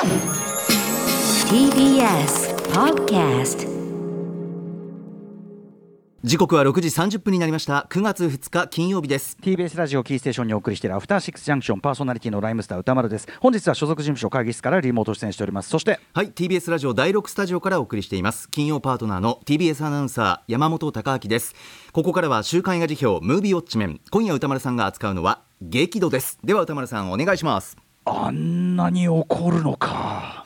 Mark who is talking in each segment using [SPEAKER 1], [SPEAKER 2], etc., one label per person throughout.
[SPEAKER 1] TBS Podcast。
[SPEAKER 2] 時刻は6時30分になりました。9月2日金曜日です。
[SPEAKER 3] TBS ラジオキーステーションにお送りしているアフターシックスジャンクション、パーソナリティのライムスター歌丸です。本日は所属事務所会議室からリモート出演しております。そして
[SPEAKER 2] はい、 TBS ラジオ第6スタジオからお送りしています。金曜パートナーの TBS アナウンサー山本貴明です。ここからは週刊映画辞表ムービーウォッチメン。今夜歌丸さんが扱うのは激怒です。では歌丸さんお願いします。
[SPEAKER 3] あんなに怒るのか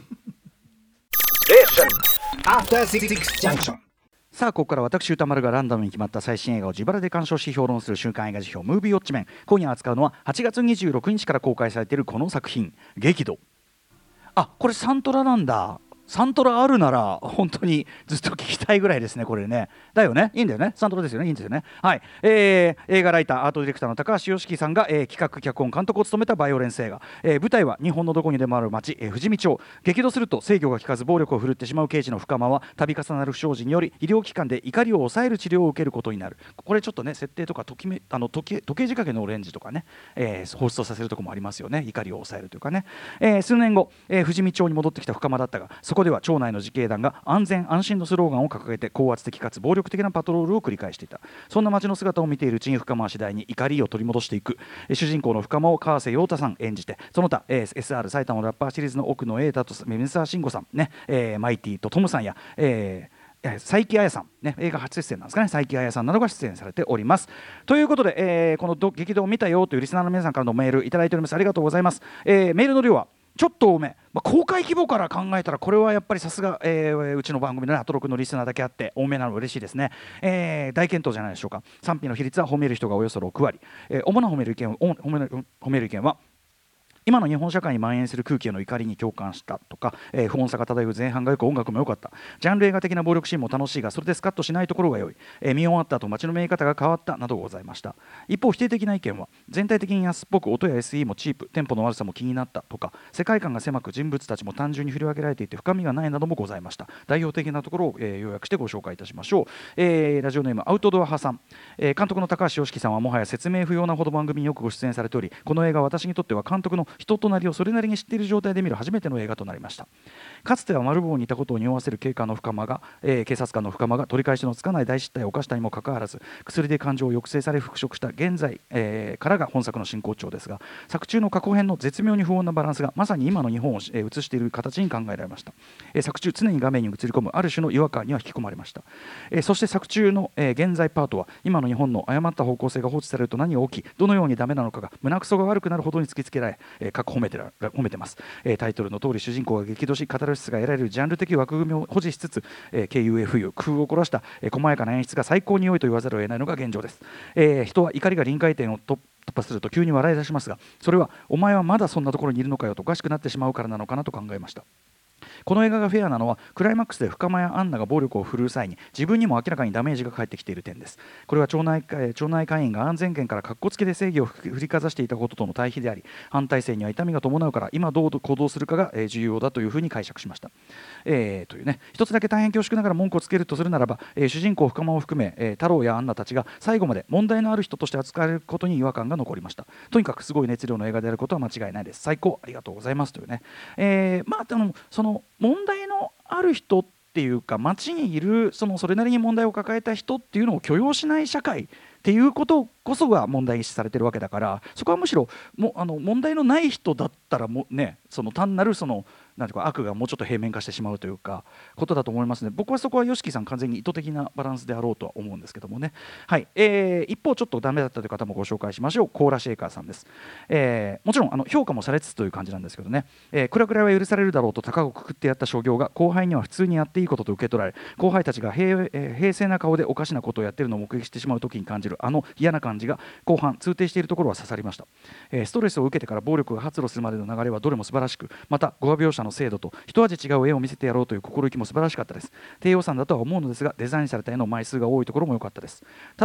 [SPEAKER 4] アフターシックスジャンクション。
[SPEAKER 3] さあここから私歌丸がランダムに決まった最新映画を自腹で鑑賞し評論する週刊映画辞表ムービーウォッチメン。今夜扱うのは8月26日から公開されているこの作品激怒。あ、これサントラなんだ。サントラあるなら本当にずっと聞きたいぐらいですね。これね、だよね、いいんだよね、サントラですよね、いいんですよね。はい、映画ライターアートディレクターの高橋良樹さんが、企画脚本監督を務めたバイオレンス映画、舞台は日本のどこにでもある町、富士見町。激怒すると制御が効かず暴力を振るってしまう刑事の深間は度重なる不祥事により医療機関で怒りを抑える治療を受けることになる。これちょっとね設定とか時計仕掛けのオレンジとかね、放出させるところもありますよね。怒りを抑えるというかね。数年後、富士見町に戻ってきた深間だったが、そこでは町内の自警団が安全安心のスローガンを掲げて高圧的かつ暴力的なパトロールを繰り返していた。そんな街の姿を見ているうちに深間は次第に怒りを取り戻していく。主人公の深間を川瀬陽太さん演じて、その他、SR 埼玉のラッパーシリーズの奥野瑛太と水沢慎吾さんね、マイティとトムさんや、佐伯彩さん、ね、映画初出演なんですかね、佐伯彩さんなどが出演されております。ということで、この激動を見たよというリスナーの皆さんからのメールいただいております。ありがとうございます。メールの量はちょっと多め、公開規模から考えたらこれはやっぱりさすが、うちの番組の、ね、アトロクのリスナーだけあって多めなの嬉しいですね。大健闘じゃないでしょうか。賛否の比率は褒める人がおよそ6割。主な褒める意見は今の日本社会に蔓延する空気への怒りに共感したとか、不穏さが漂う前半がよく音楽も良かった、ジャンル映画的な暴力シーンも楽しいがそれでスカッとしないところが良い、見終わった後街の見え方が変わったなどございました。一方否定的な意見は全体的に安っぽく音や SE もチープ、テンポの悪さも気になったとか、世界観が狭く人物たちも単純に振り分けられていて深みがないなどもございました。代表的なところを、要約してご紹介いたしましょう。ラジオネームアウトドア派さん、監督の高橋良樹さんはもはや説明不要なほど番組によくご出演されており、この映画は私にとっては監督の人となりをそれなりに知っている状態で見る初めての映画となりました。かつては丸棒にいたことを匂わせる警察官の深間が取り返しのつかない大失態を犯したにもかかわらず薬で感情を抑制され復職した現在、からが本作の進行調ですが、作中の過去編の絶妙に不穏なバランスがまさに今の日本を、映している形に考えられました。作中常に画面に映り込むある種の違和感には引き込まれました。そして作中の、現在パートは今の日本の誤った方向性が放置されると何が起きどのようにダメなのかが胸くそが悪くなるほどに突きつけられ、褒めてます。タイトルの通り主人公が激怒しカタルシスが得られるジャンル的枠組みを保持しつつ、KUFU 空を凝らした、細やかな演出が最高に良いと言わざるを得ないのが現状です。人は怒りが臨界点を突破すると急に笑い出しますが、それはお前はまだそんなところにいるのかよとおかしくなってしまうからなのかなと考えました。この映画がフェアなのはクライマックスで深間やアンナが暴力を振るう際に自分にも明らかにダメージが返ってきている点です。これは町内会員が安全圏から格好つけで正義を振りかざしていたこととの対比であり、反体制には痛みが伴うから今どう行動するかが重要だというふうに解釈しました。というね、一つだけ大変恐縮ながら文句をつけるとするならば、主人公深間を含め、太郎やアンナたちが最後まで問題のある人として扱われることに違和感が残りました。とにかくすごい熱量の映画であることは間違いないです。最高ありがとうございますというね。その問題のある人っていうか街にいるそれなりに問題を抱えた人っていうのを許容しない社会っていうことこそが問題視されてるわけだから、そこはむしろ問題のない人だったらもね、単なるなんていうか悪がもうちょっと平面化してしまうというかことだと思いますね。僕はそこは YOSHIKI さん完全に意図的なバランスであろうとは思うんですけどもね。はい、一方ちょっとダメだったという方もご紹介しましょう。コーラシェイカーさんです。もちろん評価もされつつという感じなんですけどね、クラクラは許されるだろうと高をくくってやった商業が後輩には普通にやっていいことと受け取られ、後輩たちが平静な顔でおかしなことをやっているのを目撃してしまう時に感じる嫌な感じが後半通底しているところは刺さりました。ストレスを受けてから暴力が発露するまでの流れはどれも素晴らしく、また語話描写の精度と一味違う絵を見せてやろうという心意気も素晴らしかったです。低予算だとは思うのですがデザインされた絵の枚数が多いところも良かったです。ただ、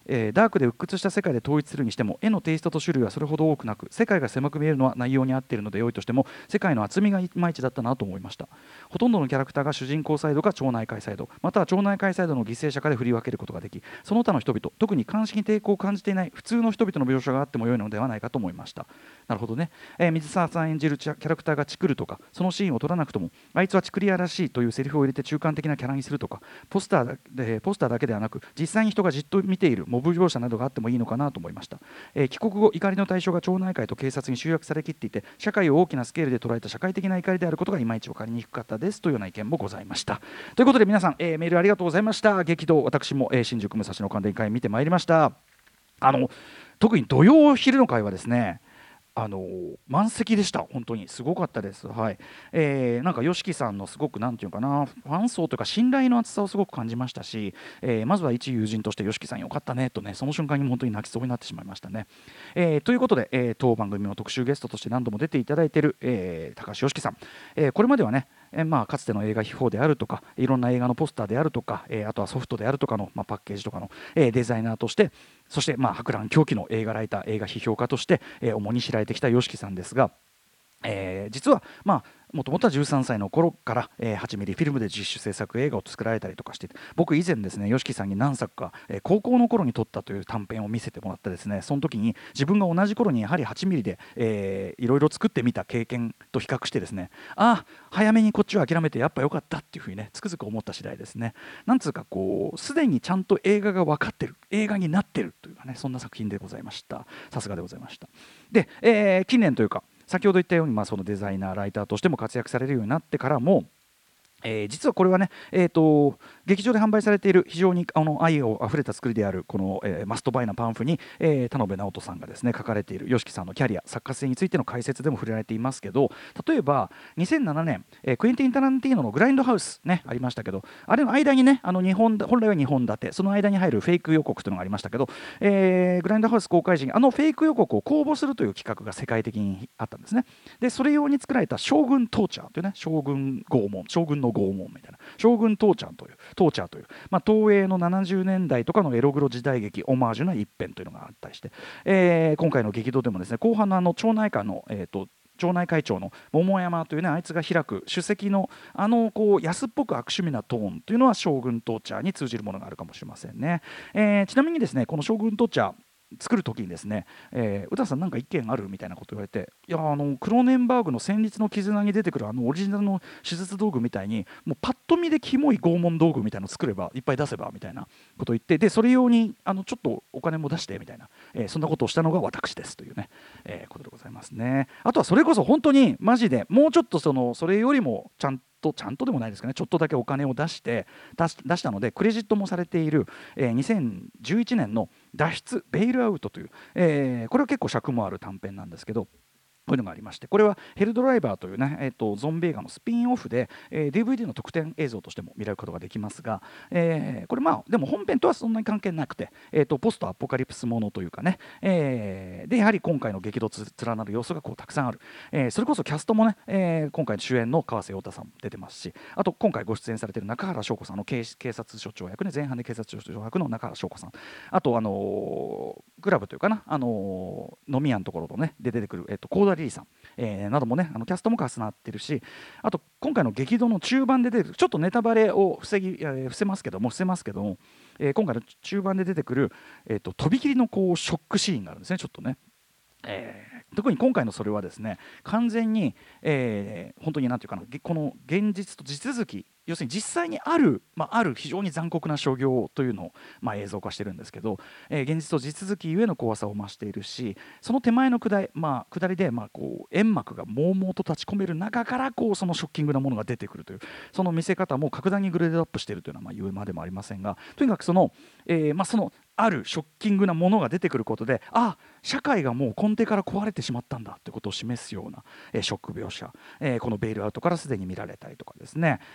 [SPEAKER 3] ダークで鬱屈した世界で統一するにしても絵のテイストと種類はそれほど多くなく、世界が狭く見えるのは内容に合っているので良いとしても、世界の厚みがいまいちだったなと思いました。ほとんどのキャラクターが主人公サイドか町内会サイド、または町内会サイドの犠牲者かで振り分けることができ、その他の人々、特に監視に抵抗を感じていない普通の人々の描写があっても良いのではないかと思いました。なるほどね。水沢さん演じるキャラクターがチクるとか、そのシーンを撮らなくともあいつはチクリアらしいというセリフを入れて中間的なキャラにするとか、ポスターだけではなく実際に人がじっと見ているモブ描写などがあってもいいのかなと思いました。帰国後、怒りの対象が町内会と警察に集約されきっていて、社会を大きなスケールで捉えた社会的な怒りであることがいまいち分かりにくかったですというような意見もございました。ということで皆さん、メールありがとうございました。激動、私も、新宿武蔵野関連会見てまいりました。特に土曜昼の会はですね、満席でした。本当にすごかったです。はい。なんか YOSHIKI さんのすごくなんていうかな、ファン層というか信頼の厚さをすごく感じましたし、まずは一友人として YOSHIKI さんよかったねとね、その瞬間に本当に泣きそうになってしまいましたね。ということで、当番組の特集ゲストとして何度も出ていただいている、高橋 YOSHIKI さん、これまではね、かつての映画秘宝であるとか、いろんな映画のポスターであるとか、あとはソフトであるとかの、パッケージとかの、デザイナーとして、そして博覧狂気の映画ライター、映画批評家として、主に知られてきた YOSHIKI さんですが、実はもともとは13歳の頃から、8ミリフィルムで自主制作映画を作られたりとかして、僕以前ですね YOSHIKI さんに何作か、高校の頃に撮ったという短編を見せてもらったですね、その時に自分が同じ頃にやはり8ミリで、いろいろ作ってみた経験と比較してですね、早めにこっちを諦めてやっぱ良かったっていうふうにねつくづく思った次第ですね。なんつうかこうすでにちゃんと映画が分かってる、映画になってるというかね、そんな作品でございました。さすがでございました。で、近年というか先ほど言ったように、そのデザイナーライターとしても活躍されるようになってからも、実はこれはね、劇場で販売されている非常に愛をあふれた作りであるこの、マストバイなパンフに、田辺直人さんがですね書かれている YOSHIKI さんのキャリア作家性についての解説でも触れられていますけど、例えば2007年、クエンティン・タランティーノのグラインドハウス、ね、ありましたけど、あれの間にね本来は2本立て、その間に入るフェイク予告というのがありましたけど、グラインドハウス公開時にフェイク予告を公募するという企画が世界的にあったんですね。でそれ用に作られた将軍トーチャーというね、将軍拷問、将軍の拷問みたいな将軍トーチャーという東映の70年代とかのエログロ時代劇オマージュな一編というのがあったりして、今回の激動でもですね、後半の町内会の町内会長の桃山というね、あいつが開く首席のこう安っぽく悪趣味なトーンというのは将軍トーチャーに通じるものがあるかもしれませんね。ちなみにですね、この将軍トーチャー作る時にですね、宇多さんなんか意見あるみたいなこと言われて、いやクローネンバーグの戦慄の絆に出てくるオリジナルの手術道具みたいにもうパッと見でキモい拷問道具みたいなの作ればいっぱい出せばみたいなことを言って、でそれ用にちょっとお金も出してみたいな、そんなことをしたのが私ですというね、ことでございますね。あとはそれこそ本当にマジでもうちょっとそれよりもちゃんとでもないですかね、ちょっとだけお金を出したのでクレジットもされている、2011年の脱出ベイルアウトという、これは結構尺もある短編なんですけど、こういうのがありまして、これはヘルドライバーというね、ゾンビ映画のスピンオフで、DVD の特典映像としても見られることができますが、これでも本編とはそんなに関係なくて、ポストアポカリプスものというかね、でやはり今回の激動連なる要素がこうたくさんある、それこそキャストもね、今回の主演の川瀬陽太さんも出てますし、あと今回ご出演されている中原翔子さんの警察署長役ね、前半で警察署長役の中原翔子さん、あとクラブというかな、飲み屋のところとねで出てくる、コーダリリーさん、などもねキャストも重なってるし、あと今回の激動の中盤で出てくる、ちょっとネタバレを伏せますけども、今回の中盤で出てくる、とびきりのこうショックシーンがあるんですね、ちょっとね。特に今回のそれはですね、完全に、本当になんていうかな、この現実と地続き、要するに実際にある非常に残酷な所業というのを、映像化してるんですけど、現実と地続きゆえの怖さを増しているし、その手前の下りで、こう煙幕が悶々と立ち込める中からこうそのショッキングなものが出てくるという、その見せ方も格段にグレードアップしているというのは言うまでもありませんが、とにかくそのあるショッキングなものが出てくることで、社会がもう根底から壊れてしまったんだということを示すような、ショック描写、このベイルアウトからすでに見られたりとかですね、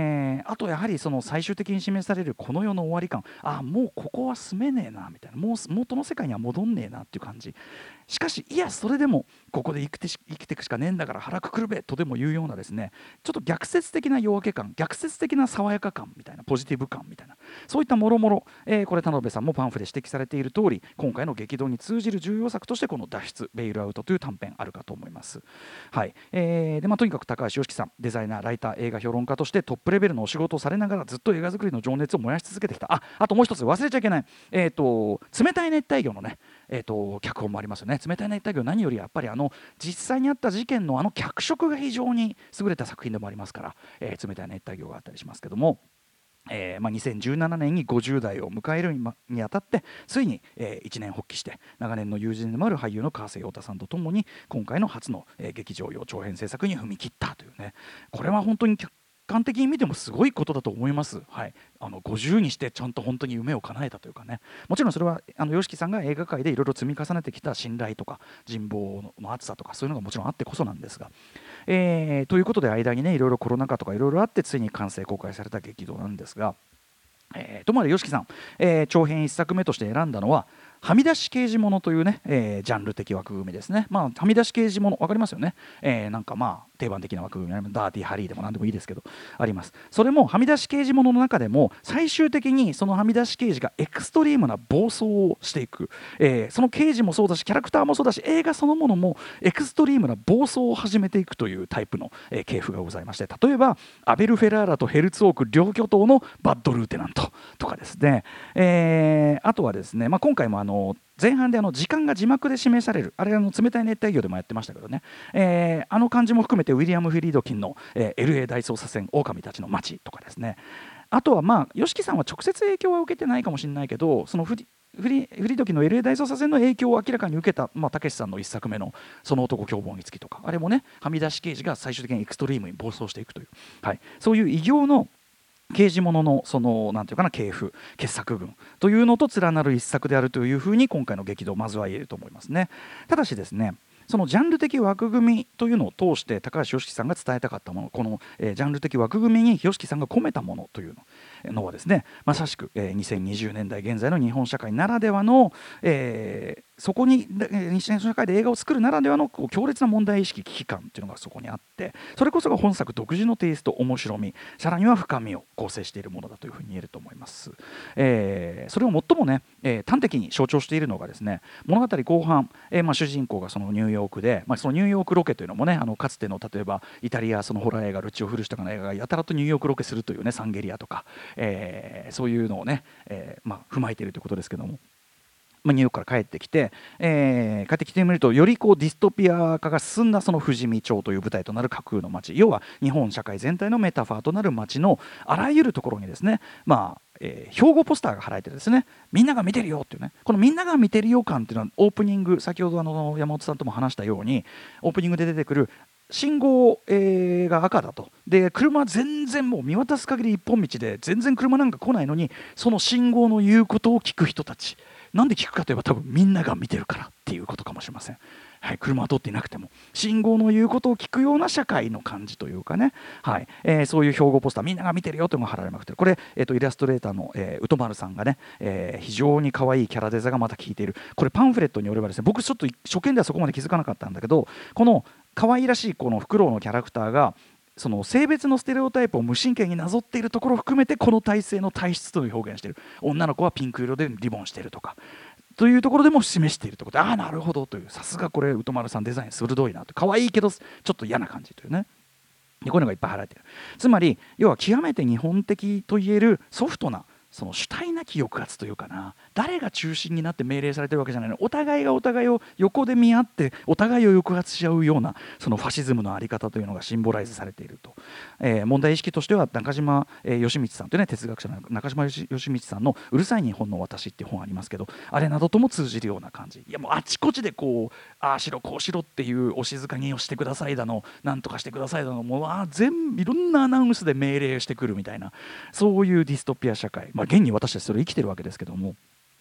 [SPEAKER 3] あとやはりその最終的に示されるこの世の終わり感、もうここは住めねえなみたいな、もう元の世界には戻んねえなっていう感じ。しかしいやそれでもここで生きていくしかねえんだから腹くくるべとでも言うようなですね、ちょっと逆説的な夜明け感、逆説的な爽やか感みたいな、ポジティブ感みたいな、そういったもろもろ、これ田辺さんもパンフで指摘されている通り、今回の激動に通じる重要作としてこの脱出ベイルアウトという短編あるかと思います。はい。でとにかく高橋良樹さん、デザイナー、ライター、映画評論家としてトップレベルのお仕事をされながらずっと映画作りの情熱を燃やし続けてきた。あともう一つ忘れちゃいけない、冷たい熱帯魚のね、脚本もありますよね。冷たい熱帯魚、何よりやっぱり実際にあった事件の脚色が非常に優れた作品でもありますから、冷たい熱帯魚があったりしますけども、2017年に50代を迎えるにあたってついに、一年発起して長年の友人でもある俳優の川瀬陽太さんとともに今回の初の、劇場用長編制作に踏み切ったというね、これは本当に客観的に見てもすごいことだと思います。はい、50にしてちゃんと本当に夢を叶えたというかね、もちろんそれはYOSHIKIさんが映画界でいろいろ積み重ねてきた信頼とか人望の厚さとかそういうのがもちろんあってこそなんですが、ということで間にねいろいろコロナ禍とかいろいろあってついに完成公開された激動なんですが、ともあれYOSHIKIさん、長編1作目として選んだのははみ出し刑事ものというね、ジャンル的枠組みですね。はみ出し刑事もの分かりますよね。なんか定番的な枠組み、ダーティーハリーでも何でもいいですけどあります。それもはみ出し刑事ものの中でも最終的にそのはみ出し刑事がエクストリームな暴走をしていく、その刑事もそうだしキャラクターもそうだし映画そのものもエクストリームな暴走を始めていくというタイプの、系譜がございまして、例えばアベル・フェラーラとヘルツォーク両巨頭のバッド・ルーテナントとかですね、あとはですね、今回も前半で時間が字幕で示される、あれ冷たい熱帯魚でもやってましたけどね、感じも含めてウィリアム・フリードキンの、LA 大捜査線狼たちの街とかですね、あとはYOSHIKIさんは直接影響は受けてないかもしれないけど、そのフリードキンの LA 大捜査線の影響を明らかに受けたたけしさんの一作目のその男凶暴につきとか、あれもねはみ出し刑事が最終的にエクストリームに暴走していくという、そういう異形の刑事もののそのなんていうかな系譜傑作群というのと連なる一作であるというふうに今回の激動まずは言えると思いますね。ただしですね、そのジャンル的枠組みというのを通して高橋良樹さんが伝えたかったもの、この、ジャンル的枠組みに良樹さんが込めたものというのはですね、まさしく、2020年代現在の日本社会ならではの、そこに日本社会で映画を作るならではの強烈な問題意識危機感というのがそこにあって、それこそが本作独自のテイスト、面白み、さらには深みを構成しているものだというふうに言えると思います。それを最もね、端的に象徴しているのがですね、物語後半、主人公がそのニューヨークで、そのニューヨークロケというのもね、かつての例えばイタリアそのホラー映画ルチオ・フルシとかの映画がやたらとニューヨークロケするというね、サンゲリアとか、そういうのをね、踏まえているということですけども、ニューヨークから帰ってきてみるとよりディストピア化が進んだその富士見町という舞台となる架空の街、要は日本社会全体のメタファーとなる街のあらゆるところにですね、標語ポスターが貼られてですね、みんなが見てるよっていうね、このみんなが見てるよ感っていうのはオープニング、先ほど山本さんとも話したようにオープニングで出てくる信号、が赤だと、で車全然もう見渡す限り一本道で全然車なんか来ないのに、その信号の言うことを聞く人たち、なんで聞くかといえば多分みんなが見てるからっていうことかもしれません。車は通っていなくても信号の言うことを聞くような社会の感じというかね、そういう標語ポスター、みんなが見てるよというのが貼られまくってる。これ、イラストレーターの、宇都丸さんがね、非常に可愛いキャラデザがまた効いている。これパンフレットによればですね、僕ちょっと初見ではそこまで気づかなかったんだけど、この可愛らしいこのフクロウのキャラクターがその性別のステレオタイプを無神経になぞっているところを含めてこの体制の体質という表現している。女の子はピンク色でリボンしているとかというところでも示しているということで、なるほどという、さすがこれ宇都丸さんデザイン鋭いなと、可愛いけどちょっと嫌な感じというね、でこういうのがいっぱい貼られている。つまり要は極めて日本的といえるソフトなその主体なき抑圧というかな、誰が中心になって命令されてるわけじゃないの、お互いがお互いを横で見合ってお互いを抑圧し合うようなそのファシズムのあり方というのがシンボライズされていると、問題意識としては中島、義道さんというね、哲学者の中島義道さんのうるさい日本の私っていう本ありますけど、あれなどとも通じるような感じ、いやもうあちこちでこうああしろこうしろっていうお静かにをしてくださいだのなんとかしてくださいだの、もう全部いろんなアナウンスで命令してくるみたいな、そういうディストピア社会、現に私たちそれ生きてるわけですけども、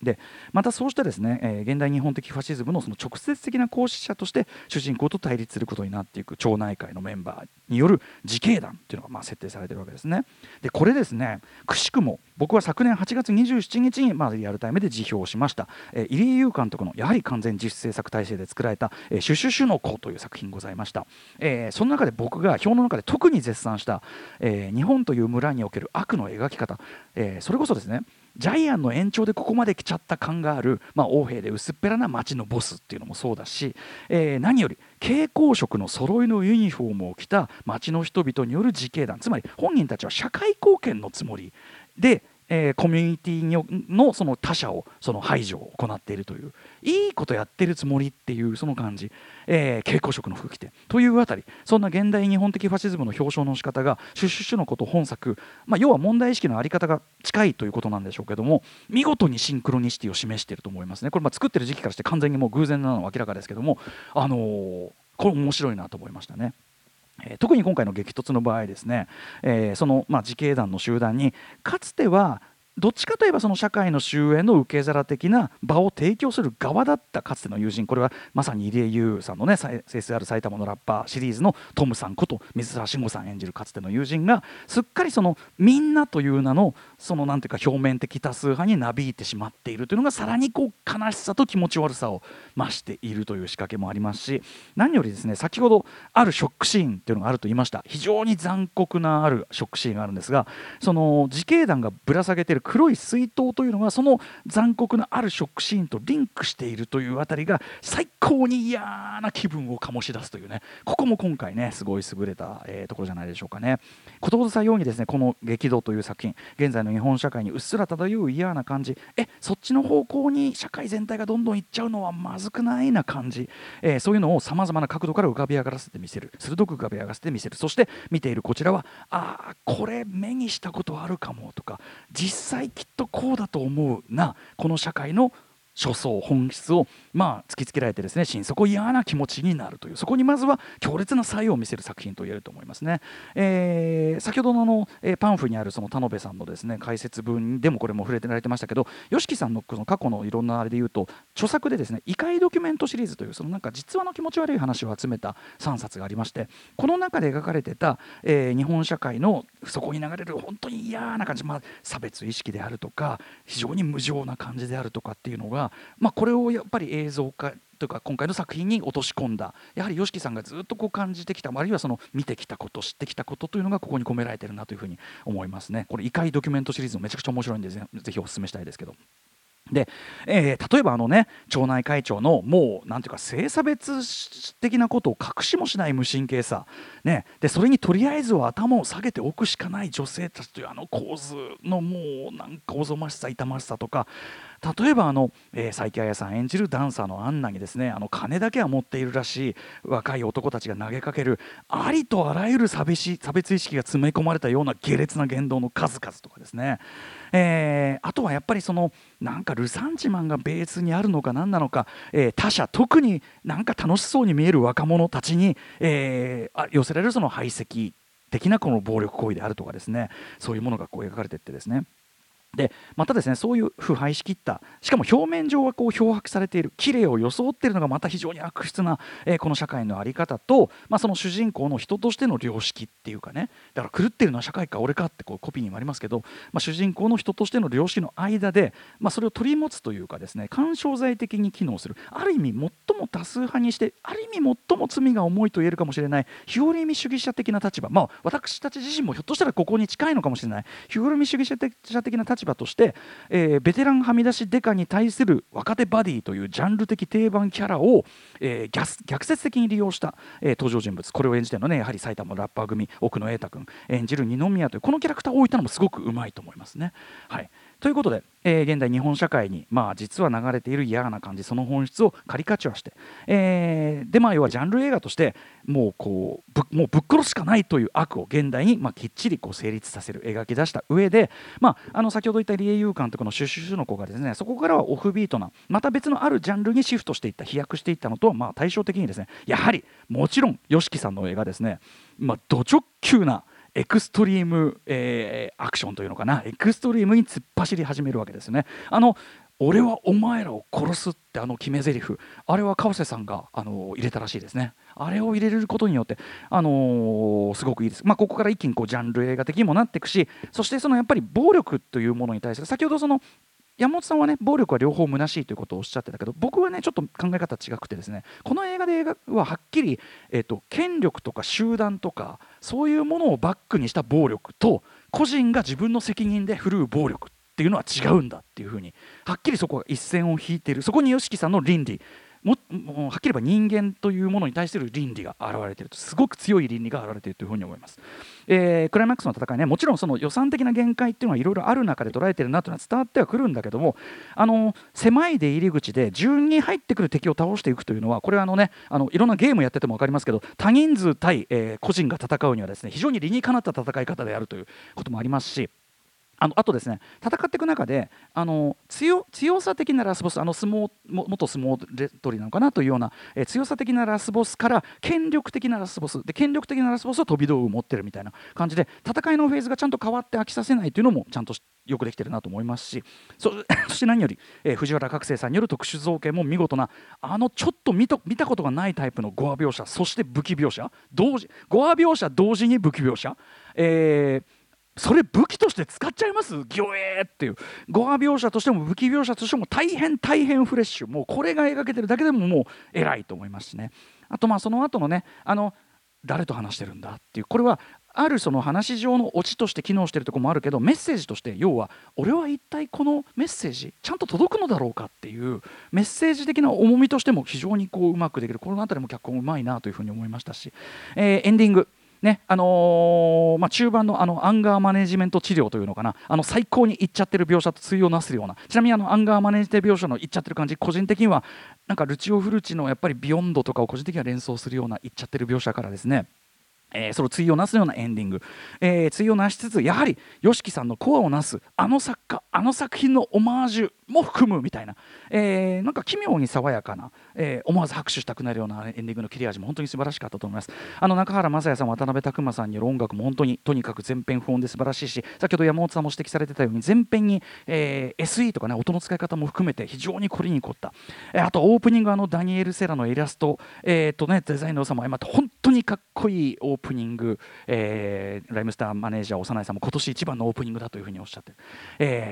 [SPEAKER 3] でまたそうしたですね、現代日本的ファシズムのその直接的な行使者として主人公と対立することになっていく町内会のメンバーによる自警団っていうのが設定されているわけですね。でこれですね、くしくも僕は昨年8月27日にリアルタイムで辞表をしました、入江優監督のやはり完全自主制作体制で作られた「シュシュシュの子」という作品ございました。その中で僕が表の中で特に絶賛した、日本という村における悪の描き方、それこそですねジャイアンの延長でここまで来ちゃった感がある、横柄で薄っぺらな町のボスっていうのもそうだし、何より蛍光色の揃いのユニフォームを着た町の人々による自警団、つまり本人たちは社会貢献のつもりで、コミュニティのその他者をその排除を行っているといういいことやってるつもりっていうその感じ、蛍光色の服着てというあたり、そんな現代日本的ファシズムの表彰の仕方がシュシュシュのこと本作、要は問題意識の在り方が近いということなんでしょうけども、見事にシンクロニシティを示していると思いますね。これ作ってる時期からして完全にもう偶然なのは明らかですけども、これ面白いなと思いましたね。特に今回の激突の場合ですね、その自警団の集団にかつてはどっちかといえばその社会の終焉の受け皿的な場を提供する側だったかつての友人、これはまさに入江優さんのね SSR 埼玉のラッパーシリーズのトムさんこと水沢慎吾さん演じるかつての友人がすっかりそのみんなという名のそのなんていうか表面的多数派になびいてしまっているというのがさらにこう悲しさと気持ち悪さを増しているという仕掛けもありますし、何よりですね先ほどあるショックシーンというのがあると言いました。非常に残酷なあるショックシーンがあるんですが、その自警団がぶら下げている黒い水筒というのがその残酷なあるショックシーンとリンクしているというあたりが最高に嫌な気分を醸し出すというね、ここも今回ねすごい優れた、ところじゃないでしょうかね。ことほどさようにですね、この激動という作品、現在の日本社会にうっすら漂う嫌な感じ、そっちの方向に社会全体がどんどんいっちゃうのはまずくないな感じ、そういうのをさまざまな角度から浮かび上がらせてみせる、鋭く浮かび上がらせてみせる。そして見ているこちらはこれ目にしたことあるかもとか、実際きっとこうだと思うな、この社会の初相本質を突きつけられてですね、心底嫌な気持ちになるという、そこにまずは強烈な作用を見せる作品と言えると思いますね。先ほどのパンフにあるその田辺さんのですね解説文でもこれも触れてられてましたけど、吉木さんのこの過去のいろんなあれで言うと著作でですね異界ドキュメントシリーズというそのなんか実話の気持ち悪い話を集めた3冊がありまして、この中で描かれてた、日本社会のそこに流れる本当に嫌な感じ、差別意識であるとか非常に無情な感じであるとかっていうのが、これをやっぱり映像化というか今回の作品に落とし込んだ、やはり YOSHIKI さんがずっとこう感じてきた、あるいはその見てきたこと知ってきたことというのがここに込められてるなというふうに思いますね。これ異界ドキュメントシリーズもめちゃくちゃ面白いんで ぜひお勧めしたいですけど。で例えば町内会長のもうなんていうか性差別的なことを隠しもしない無神経さ、でそれにとりあえずは頭を下げておくしかない女性たちという構図のもうなんかおぞましさ痛ましさとか、例えば佐伯彩さん演じるダンサーのアンナにですね金だけは持っているらしい若い男たちが投げかけるありとあらゆる差別意識が詰め込まれたような下劣な言動の数々とかですね、あとはやっぱりそのなんかルサンチマンがベースにあるのか何なのか、他者特になんか楽しそうに見える若者たちに、寄せられるその排斥的なこの暴力行為であるとかですね、そういうものがこう描かれていってですね、でまたですねそういう腐敗しきったしかも表面上はこう漂白されている綺麗を装っているのがまた非常に悪質な、この社会の在り方と、その主人公の人としての良識っていうかね、だから狂っているのは社会か俺かってこうコピーにもありますけど、主人公の人としての良識の間で、それを取り持つというかですね緩衝材的に機能する、ある意味最も多数派にしてある意味最も罪が重いと言えるかもしれない日和見主義者的な立場、私たち自身もひょっとしたらここに近いのかもしれない日和見主義者的な立場として、ベテランはみ出しデカに対する若手バディというジャンル的定番キャラを、逆説的に利用した、登場人物、これを演じてるのねやはり埼玉のラッパー組奥野瑛太君演じる二宮というこのキャラクターを置いたのもすごくうまいと思いますね。ということで、現代日本社会に、実は流れている嫌な感じ、その本質をカリカチュアして、で要はジャンル映画としてもうぶっ殺すしかないという悪を現代に、きっちりこう成立させる描き出した上で、先ほど言ったリエ・ユー監督のシュシュシュの子がですねそこからはオフビートなまた別のあるジャンルにシフトしていった飛躍していったのとは対照的にですね、やはりもちろん YOSHIKI さんの映画ですね、ド直球なエクストリーム、アクションというのかな、エクストリームに突っ走り始めるわけですね。 俺はお前らを殺すって決め台詞、あれは川瀬さんが入れたらしいですね。あれを入れることによって、すごくいいです。ここから一気にジャンル映画的にもなっていくし、そしてやっぱり暴力というものに対する、先ほど山本さんはね暴力は両方虚しいということをおっしゃってたけど、僕はねちょっと考え方違くてですね、この映画ははっきり、権力とか集団とかそういうものをバックにした暴力と、個人が自分の責任で振るう暴力っていうのは違うんだっていうふうにはっきりそこが一線を引いている。そこに YOSHIKI さんの倫理もはっきり言えば人間というものに対する倫理が現れていると、すごく強い倫理が現れているというふうに思います。クライマックスの戦いね、もちろんその予算的な限界っていうのはいろいろある中で捉えているなというのは伝わってはくるんだけども、狭い出入り口で順に入ってくる敵を倒していくというのは、これはいろんなゲームやってても分かりますけど、多人数対、個人が戦うにはですね非常に理にかなった戦い方であるということもありますし、あとですね、戦っていく中で強さ的なラスボス、元相撲レトリなのかなというような、強さ的なラスボスから権力的なラスボスで、権力的なラスボスは飛び道具を持ってるみたいな感じで、戦いのフェーズがちゃんと変わって飽きさせないというのもちゃんとよくできてるなと思いますし、そして何より、藤原覚醒さんによる特殊造形も見事な、ちょっと見たことがないタイプのゴア描写、そして武器描写、ゴア描写同時に武器描写、それ武器として使っちゃいます？ギョエーっていうゴア描写としても武器描写としても大変フレッシュ、もうこれが描けてるだけでももう偉いと思いますしね。あとその後のね誰と話してるんだっていう、これはあるその話上のオチとして機能してるところもあるけど、メッセージとして要は俺は一体このメッセージちゃんと届くのだろうかっていうメッセージ的な重みとしても非常にうまくできる。この辺りも脚本うまいなというふうに思いましたし、エンディングね、中盤のアンガーマネジメント治療というのかな、最高にいっちゃってる描写と対をなすような、ちなみにアンガーマネジメント描写のいっちゃってる感じ、個人的にはなんかルチオ・フルチのやっぱりビヨンドとかを個人的には連想するようないっちゃってる描写からですね、その対をなすようなエンディング、対をなしつつやはり YOSHIKI さんのコアをなす作家作品のオマージュも含むみたいな、なんか奇妙に爽やかな、思わず拍手したくなるようなエンディングの切れ味も本当に素晴らしかったと思います。中原雅也さん、渡辺拓磨さんによる音楽も本当にとにかく全編不音で素晴らしいし、先ほど山本さんも指摘されてたように全編に、SE とかね音の使い方も含めて非常に凝りに凝った、あとオープニングダニエル・セラのイラスト、デザインの良さも相まって本当にかっこいいオープニング、ライムスターマネージャー長内さんも今年一番のオープニングだというふうにおっしゃって、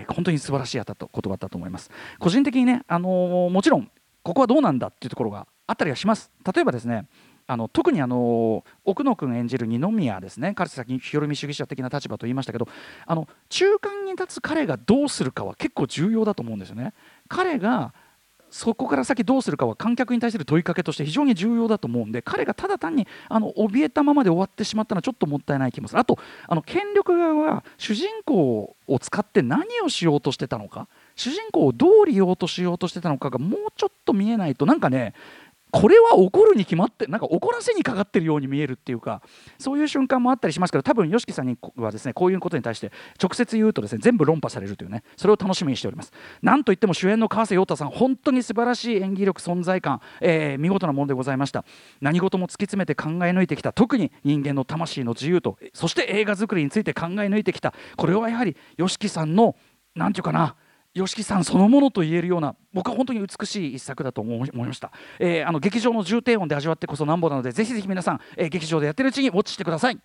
[SPEAKER 3] 本当に素晴らしい言葉だったと思います。個人的にね、もちろんここはどうなんだっていうところがあったりはします。例えばですね、特に奥野君演じる二宮ですね、彼先に日和見主義者的な立場と言いましたけど、中間に立つ彼がどうするかは結構重要だと思うんですよね。彼がそこから先どうするかは観客に対する問いかけとして非常に重要だと思うんで、彼がただ単に怯えたままで終わってしまったのはちょっともったいない気もする。あと権力側は主人公を使って何をしようとしてたのか、主人公をどう利用としようとしてたのかがもうちょっと見えないと、なんかねこれは怒るに決まって、なんか怒らせにかかってるように見えるっていうか、そういう瞬間もあったりしますけど、多分 YOSHIKI さんにはですねこういうことに対して直接言うとですね全部論破されるというね、それを楽しみにしております。なんといっても主演の川瀬陽太さん、本当に素晴らしい演技力存在感、見事なものでございました。何事も突き詰めて考え抜いてきた、特に人間の魂の自由と、そして映画作りについて考え抜いてきた、これはやはり YOSHIKI さんのなんていうかな、YOSHIKIさんそのものと言えるような、僕は本当に美しい一作だと思いました。劇場の重低音で味わってこそなんぼなので、ぜひぜひ皆さん、劇場でやってるうちにウォッチしてください。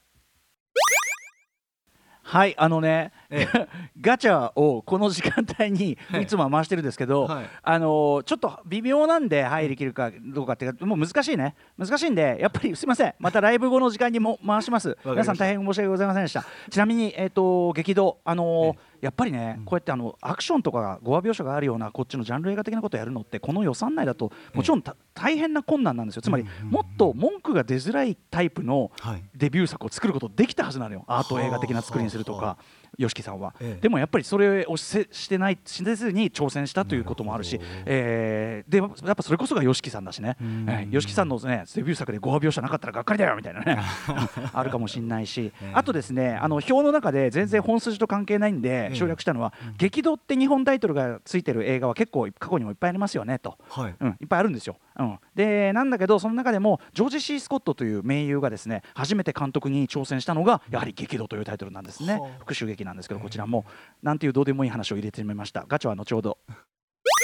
[SPEAKER 3] はい、ガチャをこの時間帯にいつもは回してるんですけど、はい、ちょっと微妙なんで入りきるかどうかっていうか、もう難しいんで、やっぱりすいません、またライブ後の時間にも回します。皆さん大変申し訳ございませんでした。ちなみに、激動やっぱりね、こうやってアクションとか語話描写があるようなこっちのジャンル映画的なことをやるのってこの予算内だともちろん大変な困難なんですよ。つまりもっと文句が出づらいタイプのデビュー作を作ることできたはずなのよ、アート映画的な作りにするとか。YOSHIKIさんは、でもやっぱりそれをしてないしずに挑戦したということもあるし、でやっぱそれこそが YOSHIKIさんだしね、YOSHIKIさんのねデビュー作で語話描写なかったらがっかりだよみたいなねあるかもしれないし、あとですね表の中で全然本筋と関係ないんで省略したのは、激動って日本タイトルがついてる映画は結構過去にもいっぱいありますよねと、いっぱいあるんですよ。でなんだけどその中でもジョージ・シー・スコットという名優がですね初めて監督に挑戦したのがやはり激動というタイトルなんですね。復讐劇なんですけど、こちらもなんていうどうでもいい話を入れてみました。ガチャは後ほど。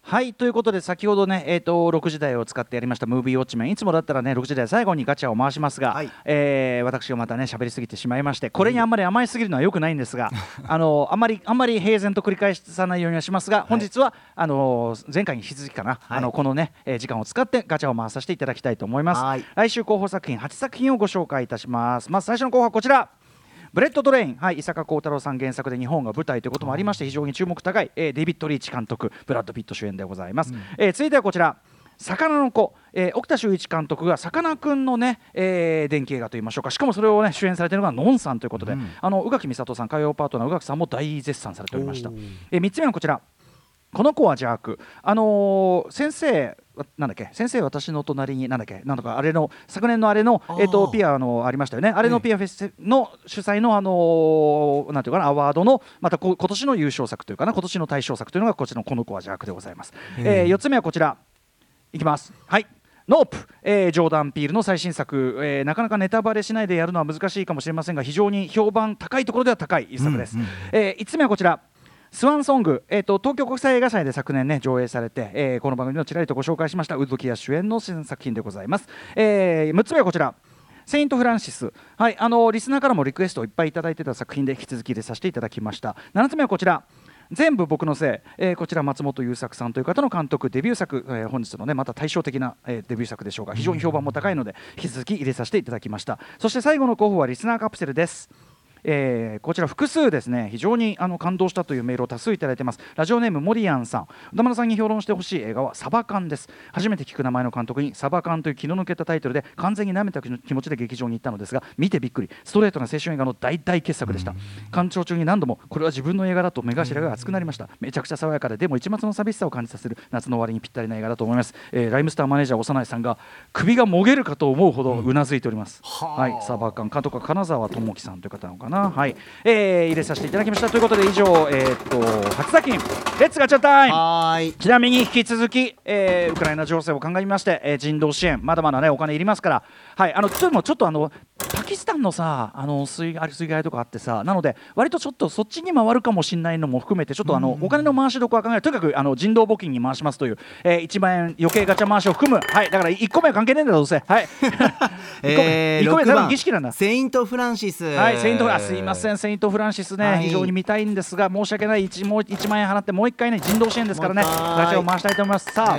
[SPEAKER 3] はいということで先ほどね、6時台を使ってやりましたムービーウォッチメン、いつもだったらね6時台最後にガチャを回しますが、
[SPEAKER 2] はい
[SPEAKER 3] 私がまたね喋りすぎてしまいまして、これにあんまり甘えすぎるのは良くないんですがあんまり平然と繰り返さないようにはしますが、本日は前回に引き続きかな、
[SPEAKER 2] はい
[SPEAKER 3] このね、時間を使ってガチャを回させていただきたいと思います。
[SPEAKER 2] はい
[SPEAKER 3] 来週候補作品8作品をご紹介いたします。まず最初の候補はこちら、ブレッドトレイン、伊坂幸太郎さん原作で日本が舞台ということもありまして非常に注目高い、デビッド・リーチ監督、ブラッド・ピット主演でございます。続いてはこちら、魚の子、沖田修一監督がさかなクンのね、電気映画といいましょうか、しかもそれをね主演されているのがのんさんということで、宇垣美里さん、火曜パートナー宇垣さんも大絶賛されておりました。3つ目はこちら、この子は邪悪、先生なんだっけ、先生私の隣になんだっけ、なんとかあれの昨年のあれのピアありましたよね、あれのピアフェスの主催のなんていうかなアワードのまた今年の優勝作というかな、今年の大賞作というのがこちらのこの子は邪悪でございます。4つ目はこちらいきます。はい、ノープ、ジョーダン・ピールの最新作、なかなかネタバレしないでやるのは難しいかもしれませんが非常に評判高いところでは高い一作です。5つ目はこちら、スワンソング、東京国際映画祭で昨年ね上映されて、この番組のちらりとご紹介しましたウッドキア主演の新作品でございます。6つ目はこちら、セイント・フランシス、はい、リスナーからもリクエストをいっぱいいただいていた作品で引き続き入れさせていただきました。7つ目はこちら、全部僕のせい、こちら松本優作さんという方の監督デビュー作、本日のねまた対照的な、デビュー作でしょうが非常に評判も高いので引き続き入れさせていただきました。そして最後の候補はリスナーカプセルです。こちら複数ですね非常に感動したというメールを多数いただいています。ラジオネームモリアンさん、歌丸さんに評論してほしい映画はサバカンです。初めて聞く名前の監督にサバカンという気の抜けたタイトルで完全に舐めた気持ちで劇場に行ったのですが、見てびっくり、ストレートな青春映画の大傑作でした。鑑賞中に何度もこれは自分の映画だと目頭が熱くなりました。めちゃくちゃ爽やかでも一抹の寂しさを感じさせる夏の終わりにぴったりな映画だと思います。ライムスターマネージャー長内さんが首がもげるかと思うほどうなずいております。はい、サバカン監督は金沢智樹さんという方なのかな。はい、入れさせていただきましたということで以上、初作品レッツガチャタイム。
[SPEAKER 2] はい、
[SPEAKER 3] ちなみに引き続き、ウクライナ情勢を鑑みまして、人道支援まだまだねお金いりますから、はい、ちょっとパキスタンのさ水害とかあってさ、なので割とちょっとそっちに回るかもしれないのも含めてちょっとお金の回しどころは考える、とにかく人道募金に回しますという、1万円余計ガチャ回しを含む、はい、だから1個目は関係ねえんだどうせ、はい1個目多分儀式なんだ。
[SPEAKER 2] セイント・フランシス、
[SPEAKER 3] はい、すいません、セイント・フランシスね、非常に見たいんですが申し訳ない、もう1万円払ってもう1回ね人道支援ですからねガチャを回したいと思います。さあ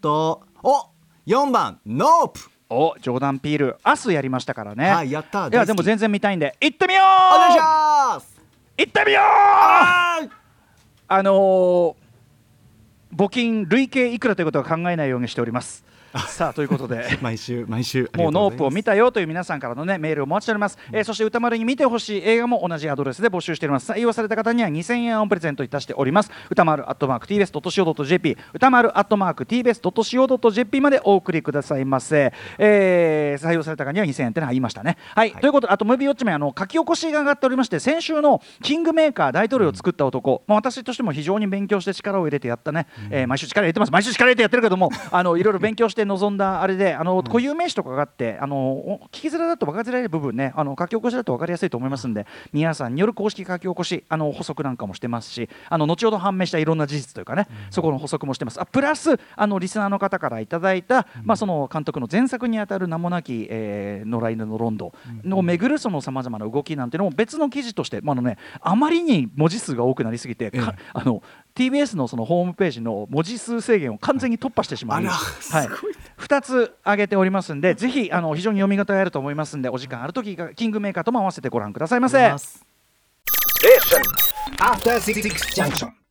[SPEAKER 2] 4番ノープ、
[SPEAKER 3] ジョーダン・ピール明日やりましたからね。
[SPEAKER 2] はい、やった。
[SPEAKER 3] いやでも全然見たいんで行ってみよう。
[SPEAKER 2] お願いします。
[SPEAKER 3] 行ってみよう。募金累計いくらということは考えないようにしております。さあということで
[SPEAKER 2] 毎週
[SPEAKER 3] もうノープを見たよという皆さんからのねメールをお待ちしております。そして歌丸に見てほしい映画も同じアドレスで募集しております。採用された方には2000円をプレゼントいたしております。歌丸@tbs.co.jp 歌丸@tbs.co.jp までお送りくださいませ。採用された方には2000円ってのは言いましたね。はい、ということであとムービーウォッチメン書き起こしが上がっておりまして、先週のキングメーカー大統領を作った男、私としても非常に勉強して力を入れてやったね、毎週力入れてます。毎週力入れてやってるけどもいろいろ勉強して臨んだあれで固有名詞とかがあって聞きづらだと分かりづらい部分ね書き起こしだと分かりやすいと思いますので、皆さんによる公式書き起こし補足なんかもしてますし、後ほど判明したいろんな事実というかね、そこの補足もしてます。プラスリスナーの方からいただいた、その監督の前作にあたる名もなき、野良犬のロンドをめぐるそのさまざまな動きなんていうのも別の記事として、あまりに文字数が多くなりすぎて、TBS のそのホームページの文字数制限を完全に突破してしまう、はい、2つ挙げておりますんで、ぜひ非常に読み応えあると思いますんで、お時間あるときキングメーカーとも合わせてご覧くださいませ。
[SPEAKER 4] After 66 junction.